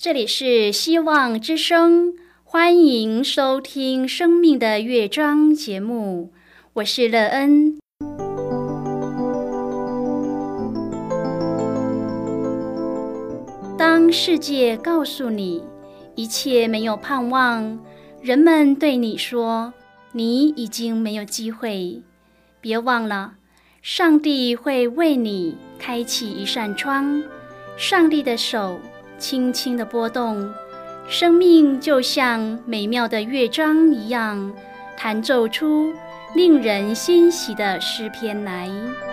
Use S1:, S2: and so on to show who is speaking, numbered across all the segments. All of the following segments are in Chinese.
S1: 这里是希望之声，欢迎收听生命的乐章节目，我是乐恩。当世界告诉你一切没有盼望，人们对你说你已经没有机会，别忘了，上帝会为你开启一扇窗，上帝的手轻轻地拨动，生命就像美妙的乐章一样，弹奏出令人欣喜的诗篇来。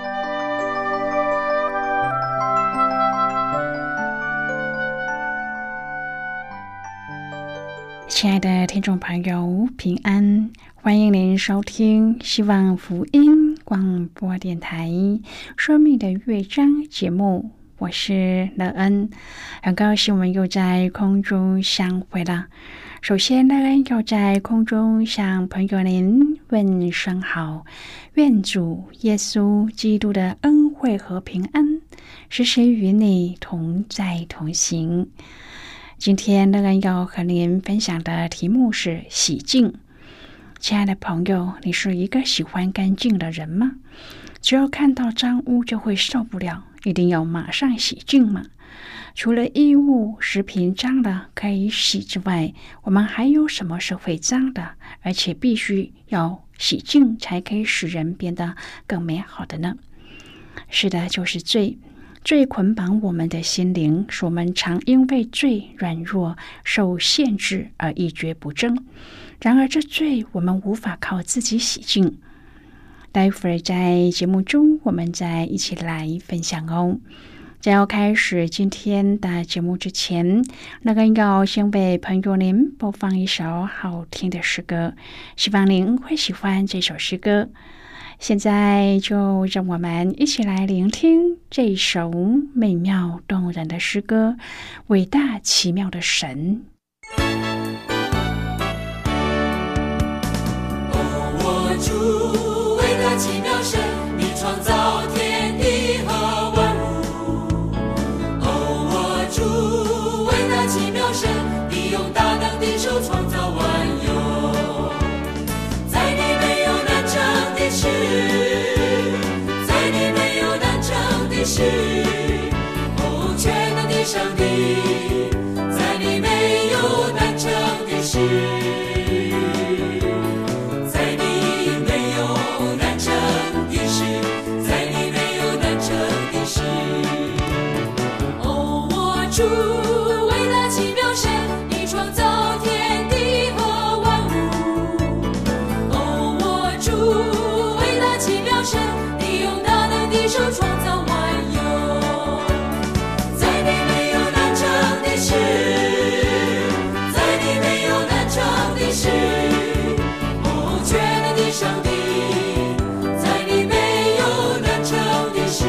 S2: 亲爱的听众朋友，平安，欢迎您收听希望福音广播电台生命的乐章节目，我是乐恩，很高兴我们又在空中相会了。首先，乐恩要在空中向朋友您问声好，愿主耶稣基督的恩惠和平安时时与你同在同行。今天乐恩要和您分享的题目是洗净。亲爱的朋友，你是一个喜欢干净的人吗？只要看到脏污就会受不了，一定要马上洗净吗？除了衣物、食品脏了可以洗之外，我们还有什么是会脏的，而且必须要洗净才可以使人变得更美好的呢？是的，就是罪。罪捆绑我们的心灵，使我们常因为罪软弱、受限制而一蹶不振。然而这罪我们无法靠自己洗净。待会儿在节目中我们再一起来分享哦。在要开始今天的节目之前，乐恩要先为朋友您播放一首好听的诗歌，希望您会喜欢这首诗歌。现在就让我们一起来聆听这首美妙动人的诗歌，伟大奇妙的神。
S3: 我主，伟大奇妙神，你创造天地和万物。我主，伟大奇妙神，你用大能的手创造万有，在你没有难成的事，在你没有难成的事。全能的上帝，在你没有难成的事，在你没有难成的事，在你没有难成的事。我主，伟大奇妙神，你创造天地和万物。我主，伟大奇妙神，你用大能的手创造万有，在你没有难成的事，在你没有难成的事。全能的上帝，在你没有难成的事，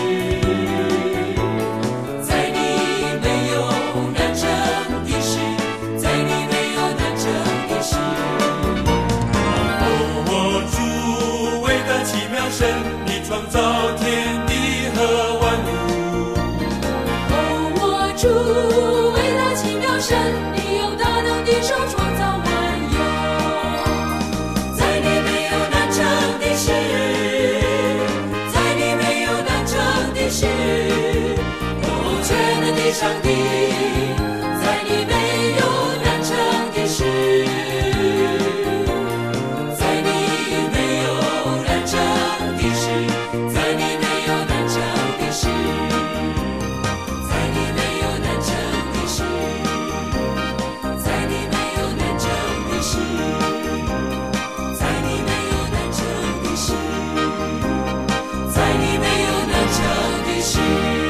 S3: 在你没有难成的事，在你没有难成的事。我主，伟大奇妙神，你创造天地和万物。我主，伟大奇妙神，你用大能的手创造万有，在你没有难成的事，在你没有难成的事。全能的上帝，在你没有难成的事，在你没有难成的事，在你没有难成的事，在你没有难成的事，在你没有难成的事，在你没有难成的事，在你没有难成的事。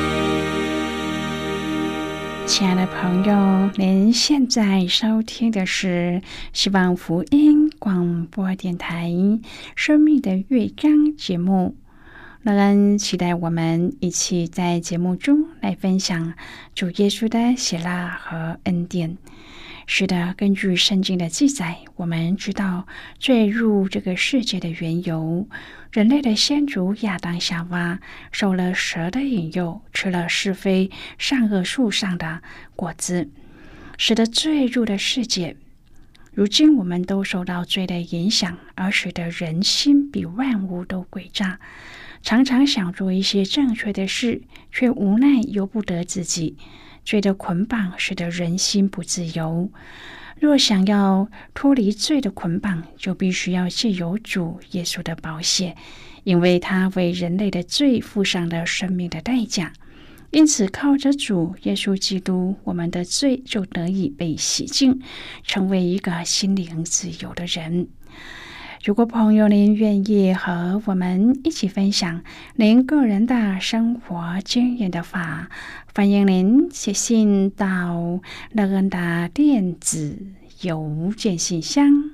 S2: 亲爱的朋友，您现在收听的是希望福音广播电台生命的乐章节目。乐恩期待我们一起在节目中来分享主耶稣的喜乐和恩典。是的，根据圣经的记载，我们知道坠入这个世界的缘由，人类的先祖亚当夏娃受了蛇的引诱，吃了是非善恶树上的果子， 使得罪入了世界。如今我们都受到罪的影响，而使得人心比万物都诡诈，常常想做一些正确的事，却无奈由不得自己。罪的捆绑使得人心不自由。若想要脱离罪的捆绑，就必须要借由主耶稣的宝血，因为他为人类的罪付上了生命的代价。因此靠着主耶稣基督，我们的罪就得以被洗净，成为一个心灵自由的人。如果朋友您愿意和我们一起分享您个人的生活经验的话，欢迎您写信到乐恩的电子邮件信箱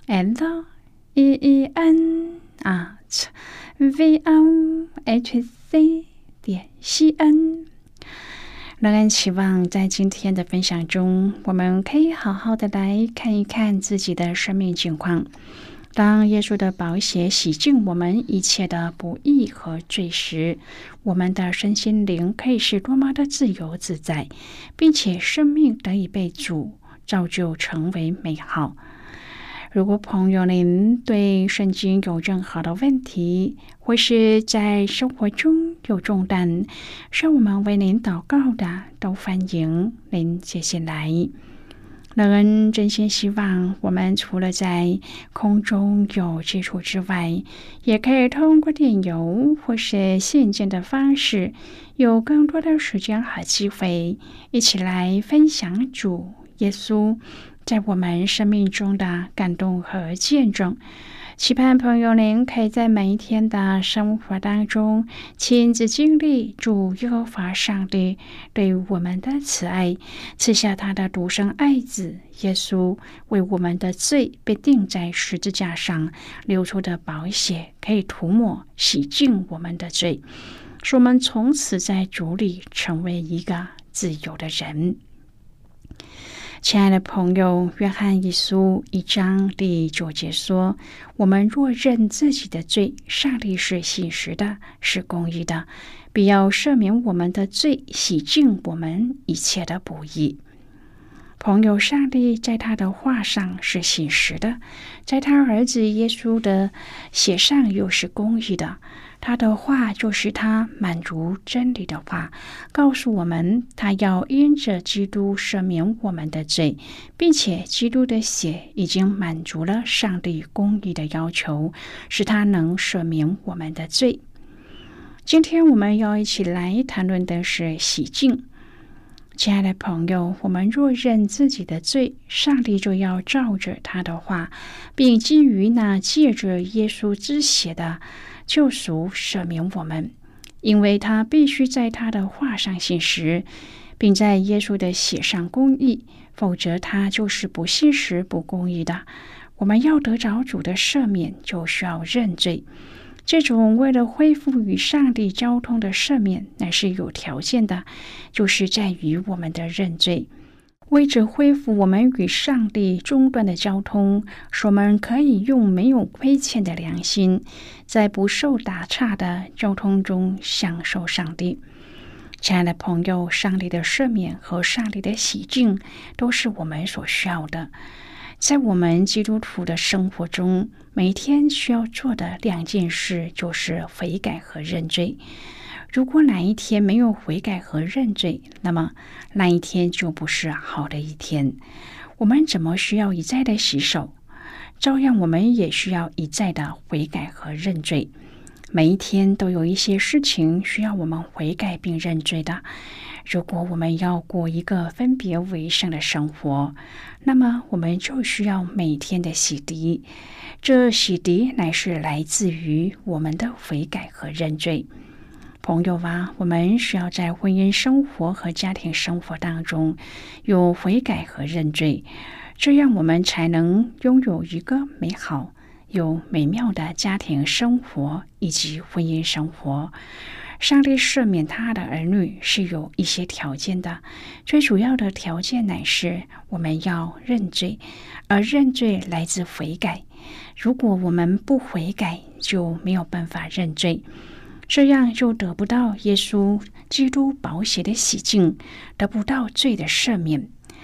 S2: leon@vohc.cn。乐恩期望在今天的分享中，我们可以好好的来看一看自己的生命境况。当耶稣的宝血洗净我们一切的不义和罪时，我们的身心灵可以是多么的自由自在，并且生命得以被主造就成为美好。如果朋友您对圣经有任何的问题，或是在生活中有重担，需要我们为您祷告的，都欢迎您写信来。乐恩真心希望我们除了在空中有接触之外，也可以通过电邮或是信件的方式，有更多的时间和机会，一起来分享主耶稣在我们生命中的感动和见证。期盼朋友您可以在每一天的生活当中亲自经历主耶和华上帝对我们的慈爱，赐下他的独生爱子耶稣为我们的罪被钉在十字架上流出的宝血，可以涂抹洗净我们的罪，使我们从此在主里成为一个自由的人。亲爱的朋友，约翰一书1章第9节说，我们若认自己的罪，上帝是信实的，是公义的，必要赦免我们的罪，洗净我们一切的不义。朋友，上帝在他的话上是信实的，在他儿子耶稣的血上又是公义的。他的话就是他满足真理的话，告诉我们他要因着基督赦免我们的罪，并且基督的血已经满足了上帝公义的要求，使他能赦免我们的罪。今天我们要一起来谈论的是洗净。亲爱的朋友，我们若认自己的罪，上帝就要照着他的话，并基于那借着耶稣之血的救赎赦免我们，因为他必须在他的话上信实，并在耶稣的血上公义，否则他就是不信实不公义的。我们要得着主的赦免，就需要认罪。这种为了恢复与上帝交通的赦免乃是有条件的，就是在于我们的认罪。为着恢复我们与上帝中断的交通，使我们可以用没有亏欠的良心，在不受打岔的交通中享受上帝。亲爱的朋友，上帝的赦免和上帝的洗净都是我们所需要的。在我们基督徒的生活中，每天需要做的2件事就是悔改和认罪。如果哪一天没有悔改和认罪，那么那一天就不是好的一天。我们怎么需要一再的洗手，照样我们也需要一再的悔改和认罪。每一天都有一些事情需要我们悔改并认罪的。如果我们要过一个分别为圣的生活，那么我们就需要每天的洗涤。这洗涤乃是来自于我们的悔改和认罪。朋友啊，我们需要在婚姻生活和家庭生活当中有悔改和认罪，这样我们才能拥有一个美好有美妙的家庭生活以及婚姻生活。上帝赦免他的儿女是有一些条件的，最主要的条件乃是我们要认罪，而认罪来自悔改。如果我们不悔改，就没有办法认罪，这样就得不到耶稣基督宝血的洗净，得不到罪的赦免。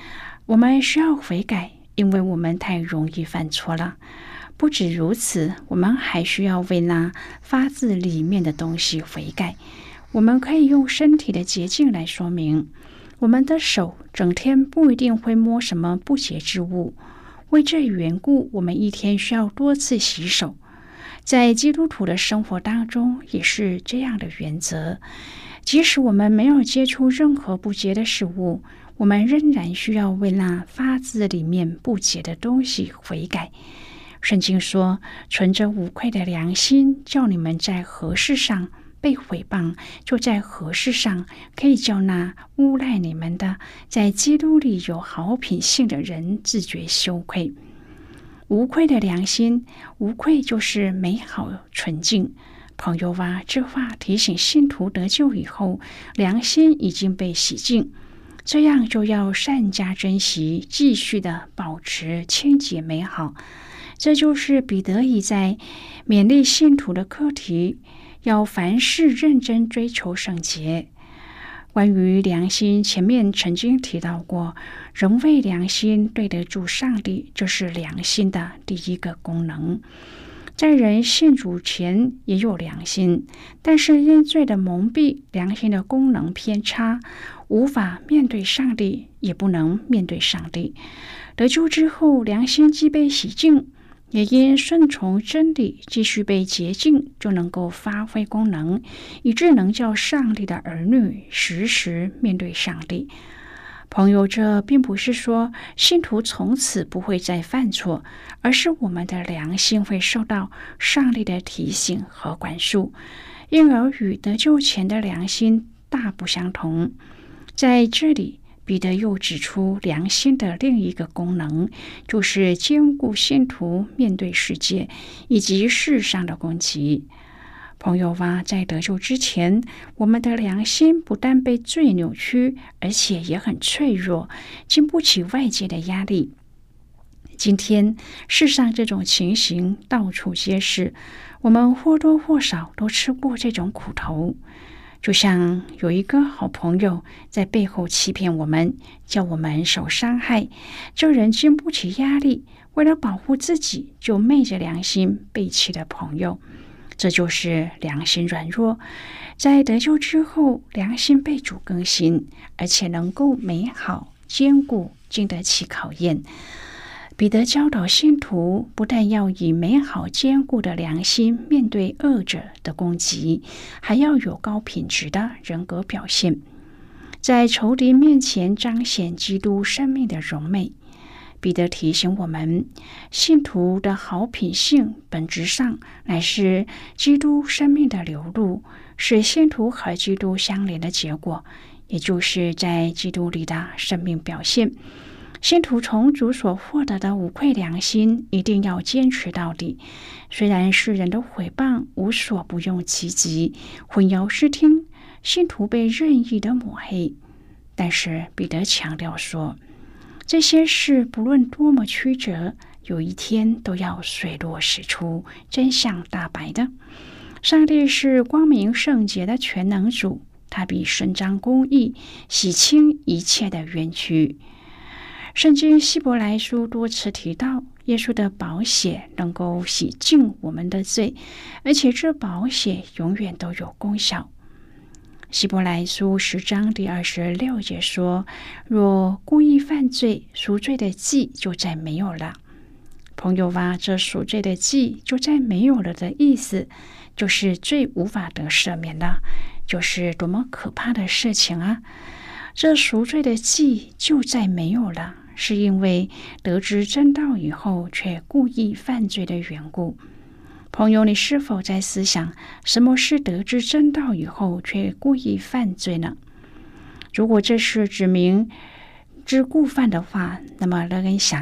S2: 我们需要悔改，因为我们太容易犯错了。不止如此，我们还需要为那发自里面的东西悔改。我们可以用身体的洁净来说明。我们的手整天不一定会摸什么不洁之物，为这缘故，我们一天需要多次洗手。在基督徒的生活当中也是这样的原则。即使我们没有接触任何不洁的事物，我们仍然需要为那发自里面不洁的东西悔改。圣经说，存着无愧的良心，叫你们在何事上被毁谤，就在何事上可以叫那诬赖你们的，在基督里有好品性的人自觉羞愧。无愧的良心，无愧就是美好纯净。朋友啊，这话提醒信徒得救以后，良心已经被洗净，这样就要善加珍惜，继续的保持清洁美好。这就是彼得一再勉励信徒的课题，要凡事认真追求圣洁。关于良心，前面曾经提到过，人为良心对得住上帝，这是良心的第一个功能。在人信主前也有良心，但是因罪的蒙蔽，良心的功能偏差，无法面对上帝，也不能面对上帝。得救之后，良心既被洗净，也因顺从真理继续被洁净，就能够发挥功能，以致能叫上帝的儿女时时面对上帝。朋友，这并不是说信徒从此不会再犯错，而是我们的良心会受到上帝的提醒和管束，因而与得救前的良心大不相同。在这里，彼得又指出良心的另一个功能，就是兼顾信徒面对世界以及世上的攻击。朋友啊，在得救之前，我们的良心不但被罪扭曲，而且也很脆弱，经不起外界的压力。今天世上这种情形到处皆是，我们或多或少都吃过这种苦头。就像有一个好朋友在背后欺骗我们，叫我们受伤害，这人经不起压力，为了保护自己，就昧着良心背弃了朋友。这就是良心软弱。在得救之后，良心被主更新，而且能够美好坚固，经得起考验。彼得教导信徒，不但要以美好坚固的良心面对恶者的攻击，还要有高品质的人格表现，在仇敌面前彰显基督生命的荣美。彼得提醒我们，信徒的好品性本质上乃是基督生命的流露，是信徒和基督相连的结果，也就是在基督里的生命表现。信徒从主所获得的无愧良心一定要坚持到底。虽然世人的毁谤无所不用其极，混淆视听，信徒被任意的抹黑，但是彼得强调说，这些事不论多么曲折，有一天都要水落石出，真相大白的。上帝是光明圣洁的全能主，他必伸张公义，洗清一切的冤屈。圣经希伯来书多次提到，耶稣的宝血能够洗净我们的罪，而且这宝血永远都有功效。希伯来书10章第26节说，若故意犯罪，赎罪的祭就再没有了。朋友啊，这赎罪的祭就再没有了的意思，就是罪无法得赦免了，就是多么可怕的事情啊！这赎罪的祭就再没有了，是因为得知真道以后却故意犯罪的缘故。朋友，你是否在思想，什么是得知真道以后却故意犯罪呢？如果这是指明之故犯的话，那么乐恩想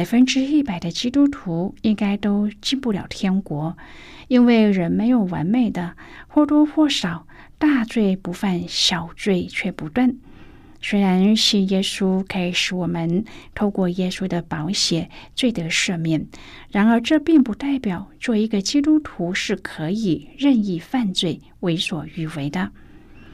S2: 100%的基督徒应该都进不了天国，因为人没有完美的，或多或少大罪不犯，小罪却不断。虽然信耶稣可以使我们透过耶稣的宝血罪得赦免，然而这并不代表做一个基督徒是可以任意犯罪、为所欲为的。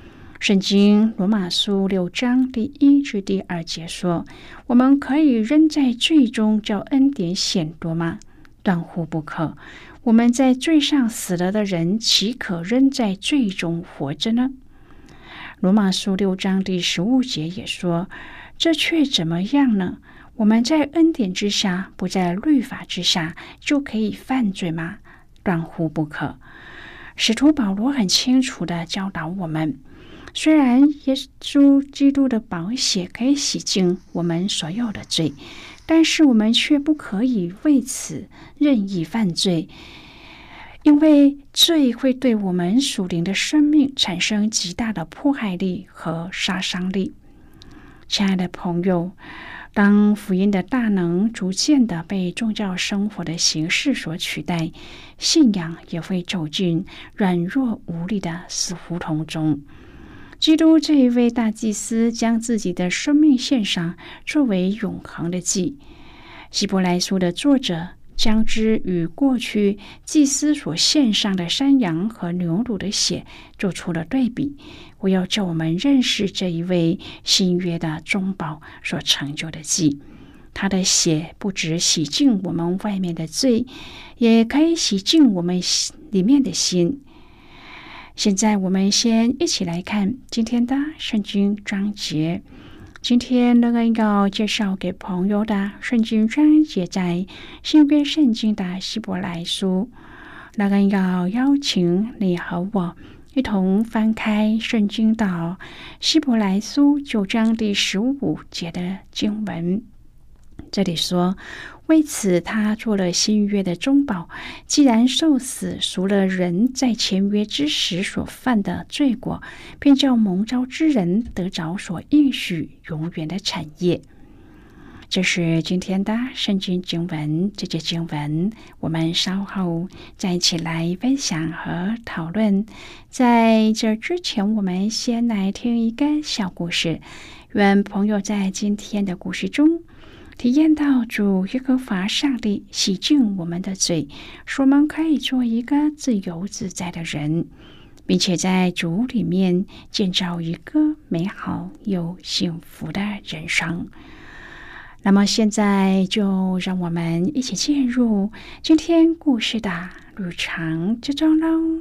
S2: 圣经罗马书6章第1至第2节说，我们可以仍在罪中叫恩典显多吗？断乎不可。我们在罪上死了的人，岂可仍在罪中活着呢？罗马书6章第15节也说，这却怎么样呢？我们在恩典之下，不在律法之下，就可以犯罪吗？断乎不可。使徒保罗很清楚地教导我们，虽然耶稣基督的宝血可以洗净我们所有的罪，但是我们却不可以为此任意犯罪，因为罪会对我们属灵的生命产生极大的迫害力和杀伤力。亲爱的朋友，当福音的大能逐渐的被宗教生活的形式所取代，信仰也会走进软弱无力的死胡同中。基督这一位大祭司将自己的生命献上，作为永恒的祭。希伯来书的作者将之与过去祭司所献上的山羊和牛犊的血做出了对比，我要叫我们认识这一位新约的中保所成就的祭。他的血不只洗净我们外面的罪，也可以洗净我们里面的心。现在我们先一起来看今天的圣经章节。今天乐恩要介绍给朋友的圣经章节在新约圣经的希伯来书。乐恩要邀请你和我一同翻开圣经的希伯来书9章第15节的经文。这里说，为此他做了新约的中保，既然受死赎了人在前约之时所犯的罪过，便叫蒙召之人得着所应许永远的产业。这是今天的圣经经文，这节经文我们稍后再一起来分享和讨论。在这之前，我们先来听一个小故事，愿朋友在今天的故事中体验到主耶和华上帝洗净我们的罪，使我们可以做一个自由自在的人，并且在主里面建造一个美好又幸福的人生。那么现在就让我们一起进入今天故事的旅程之中喽。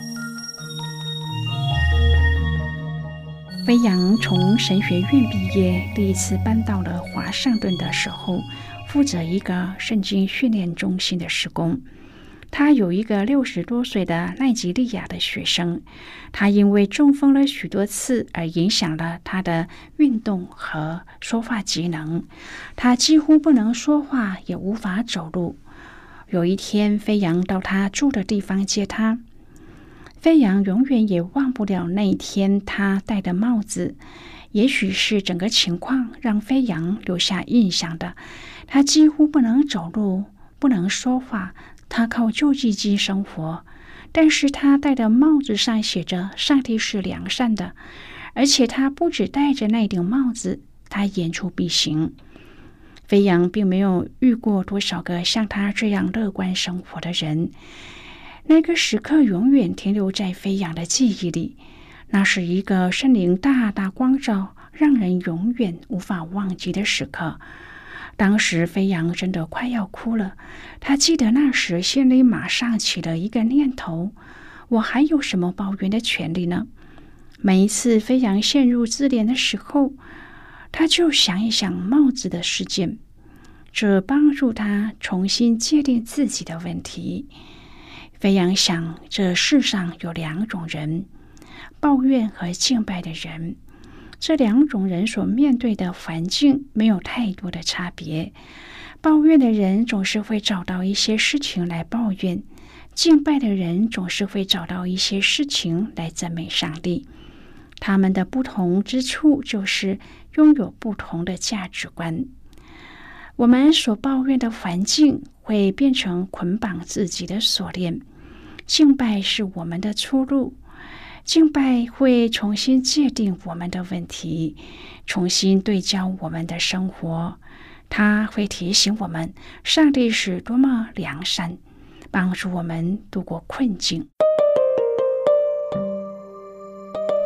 S2: 飞扬从神学院毕业，第一次搬到了华盛顿的时候，负责一个圣经训练中心的施工。他有一个60多岁的奈及利亚的学生，他因为中风了许多次而影响了他的运动和说话机能，他几乎不能说话，也无法走路。有一天，飞扬到他住的地方接他。飞扬永远也忘不了那一天他戴的帽子，也许是整个情况让飞扬留下印象的。他几乎不能走路，不能说话，他靠救济金生活。但是他戴的帽子上写着上帝是良善的，而且他不只戴着那顶帽子，他言出必行。飞扬并没有遇过多少个像他这样乐观生活的人，那个时刻永远停留在飞扬的记忆里，那是一个圣灵大大光照，让人永远无法忘记的时刻。当时飞扬真的快要哭了，他记得那时心里马上起了一个念头，我还有什么抱怨的权利呢？每一次飞扬陷入自怜的时候，他就想一想帽子的事件，这帮助他重新界定自己的问题。飞扬想，这世上有2种人，抱怨和敬拜的人。这2种人所面对的环境没有太多的差别。抱怨的人总是会找到一些事情来抱怨，敬拜的人总是会找到一些事情来赞美上帝。他们的不同之处就是拥有不同的价值观。我们所抱怨的环境会变成捆绑自己的锁链，敬拜是我们的出路。敬拜会重新界定我们的问题，重新对焦我们的生活。它会提醒我们，上帝是多么良善，帮助我们度过困境。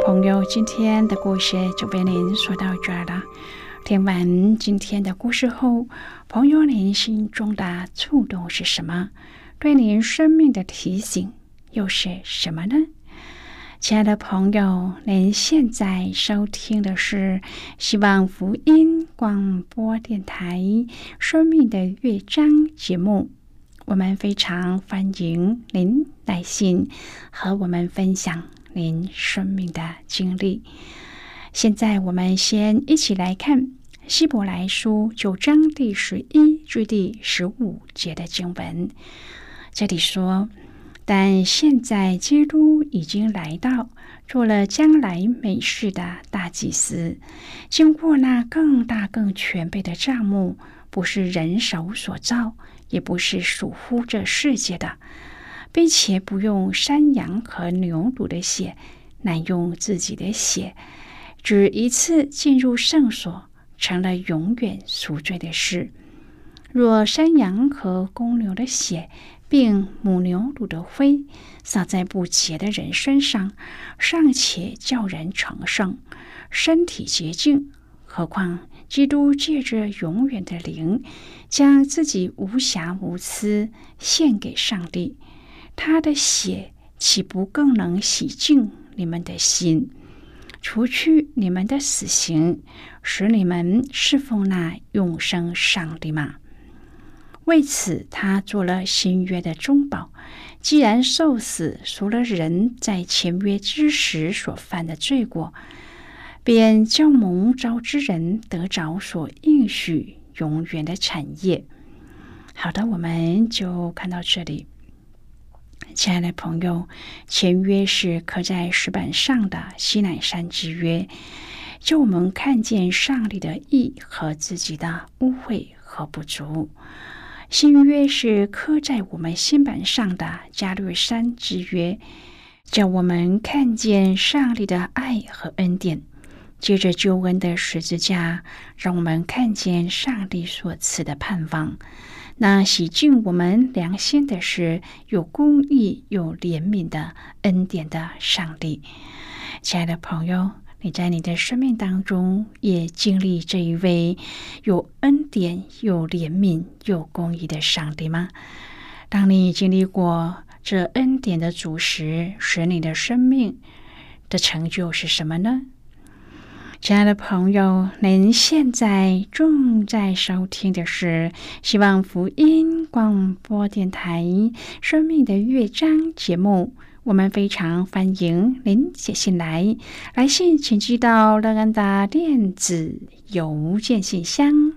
S2: 朋友，今天的故事就为您说到这儿了。听完今天的故事后，朋友您心中的触动是什么？对您生命的提醒又是什么呢？亲爱的朋友，您现在收听的是希望福音广播电台生命的乐章节目，我们非常欢迎您来信和我们分享您生命的经历。现在我们先一起来看希伯来书9章第11至第15节的经文。这里说，但现在基督已经来到，做了将来美事的大祭司，经过那更大更全备的帐幕，不是人手所造，也不是属乎这世界的，并且不用山羊和牛犊的血，乃用自己的血，只一次进入圣所，成了永远赎罪的事。若山羊和公牛的血并母牛犊的灰洒在不洁的人身上，尚且叫人成圣，身体洁净，何况基督借着永远的灵，将自己无瑕无疵献给上帝，他的血岂不更能洗净你们的心，除去你们的死刑，使你们侍奉那永生上帝吗？为此他做了新约的中保，既然受死赎了人在前约之时所犯的罪过，便叫蒙召之人得着所应许永远的产业。好的，我们就看到这里。亲爱的朋友，前约是刻在石板上的西乃山之约，就我们看见上帝的义和自己的污秽和不足。新约是刻在我们心板上的加略山之约，叫我们看见上帝的爱和恩典。接着救恩的十字架，让我们看见上帝所赐的盼望。那洗净我们良心的是有公义有怜悯的恩典的上帝。亲爱的朋友，你在你的生命当中也经历这一位有恩典有怜悯有公义的上帝吗？当你经历过这恩典的主时，使你的生命的成就是什么呢？亲爱的朋友，您现在正在收听的是希望福音广播电台生命的乐章节目，我们非常欢迎您写信来，来信请寄到乐安的电子邮件信箱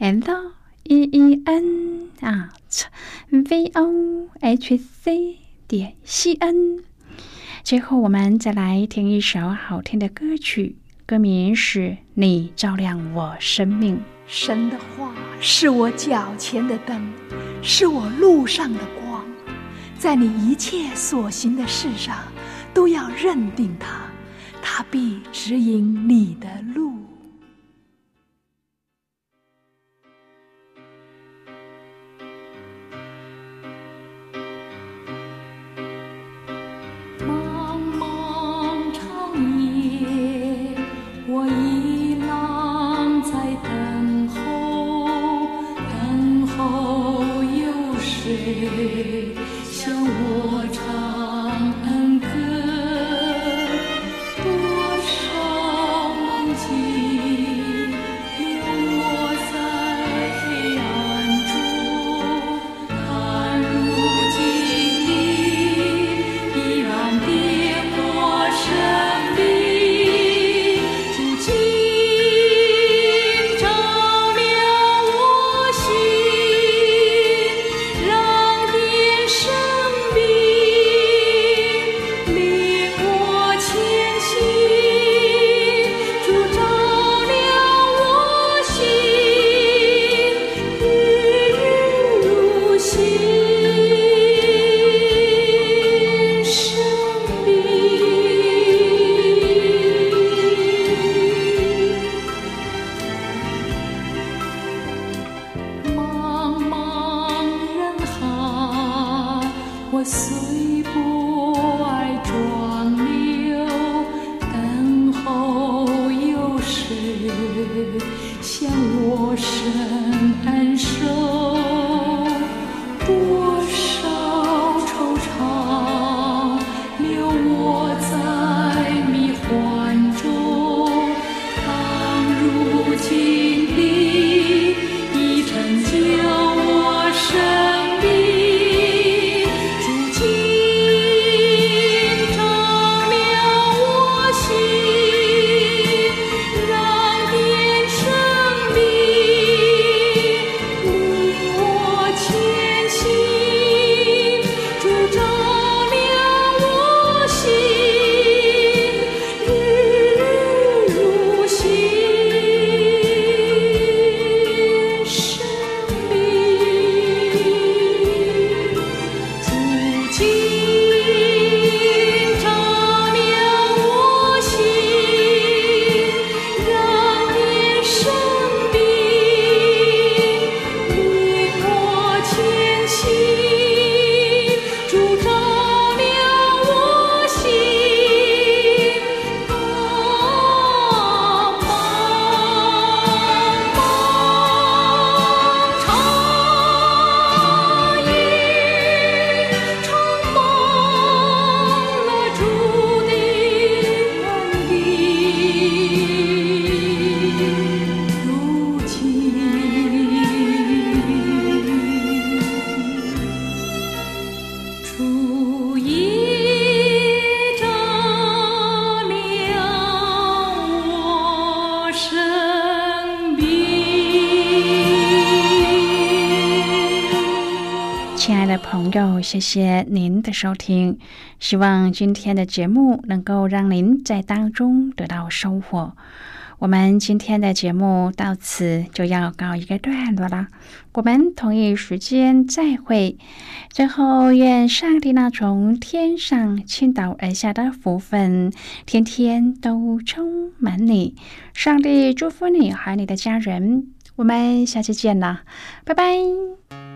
S2: LEEN@vohc.cn。最后我们再来听一首好听的歌曲，歌名是你照亮我生命。
S4: 神的话是我脚前的灯，是我路上的光，在你一切所行的事上都要认定它，它必指引你的路。
S5: 茫茫长夜，我一浪在等候有谁向我唱恩歌？多少梦境留我在黑暗中，但如今你依然跌破生命，如今照亮我心，让点生命领我前行，主照亮我心，日日如新生命。茫茫人海，我随波儿壮流，等
S2: 朋友，谢谢您的收听。希望今天的节目能够让您在当中得到收获。我们今天的节目到此就要告一个段落了，我们同一时间再会。最后，愿上帝那从天上倾倒而下的福分，天天都充满你。上帝祝福你和你的家人，我们下期见了，拜拜。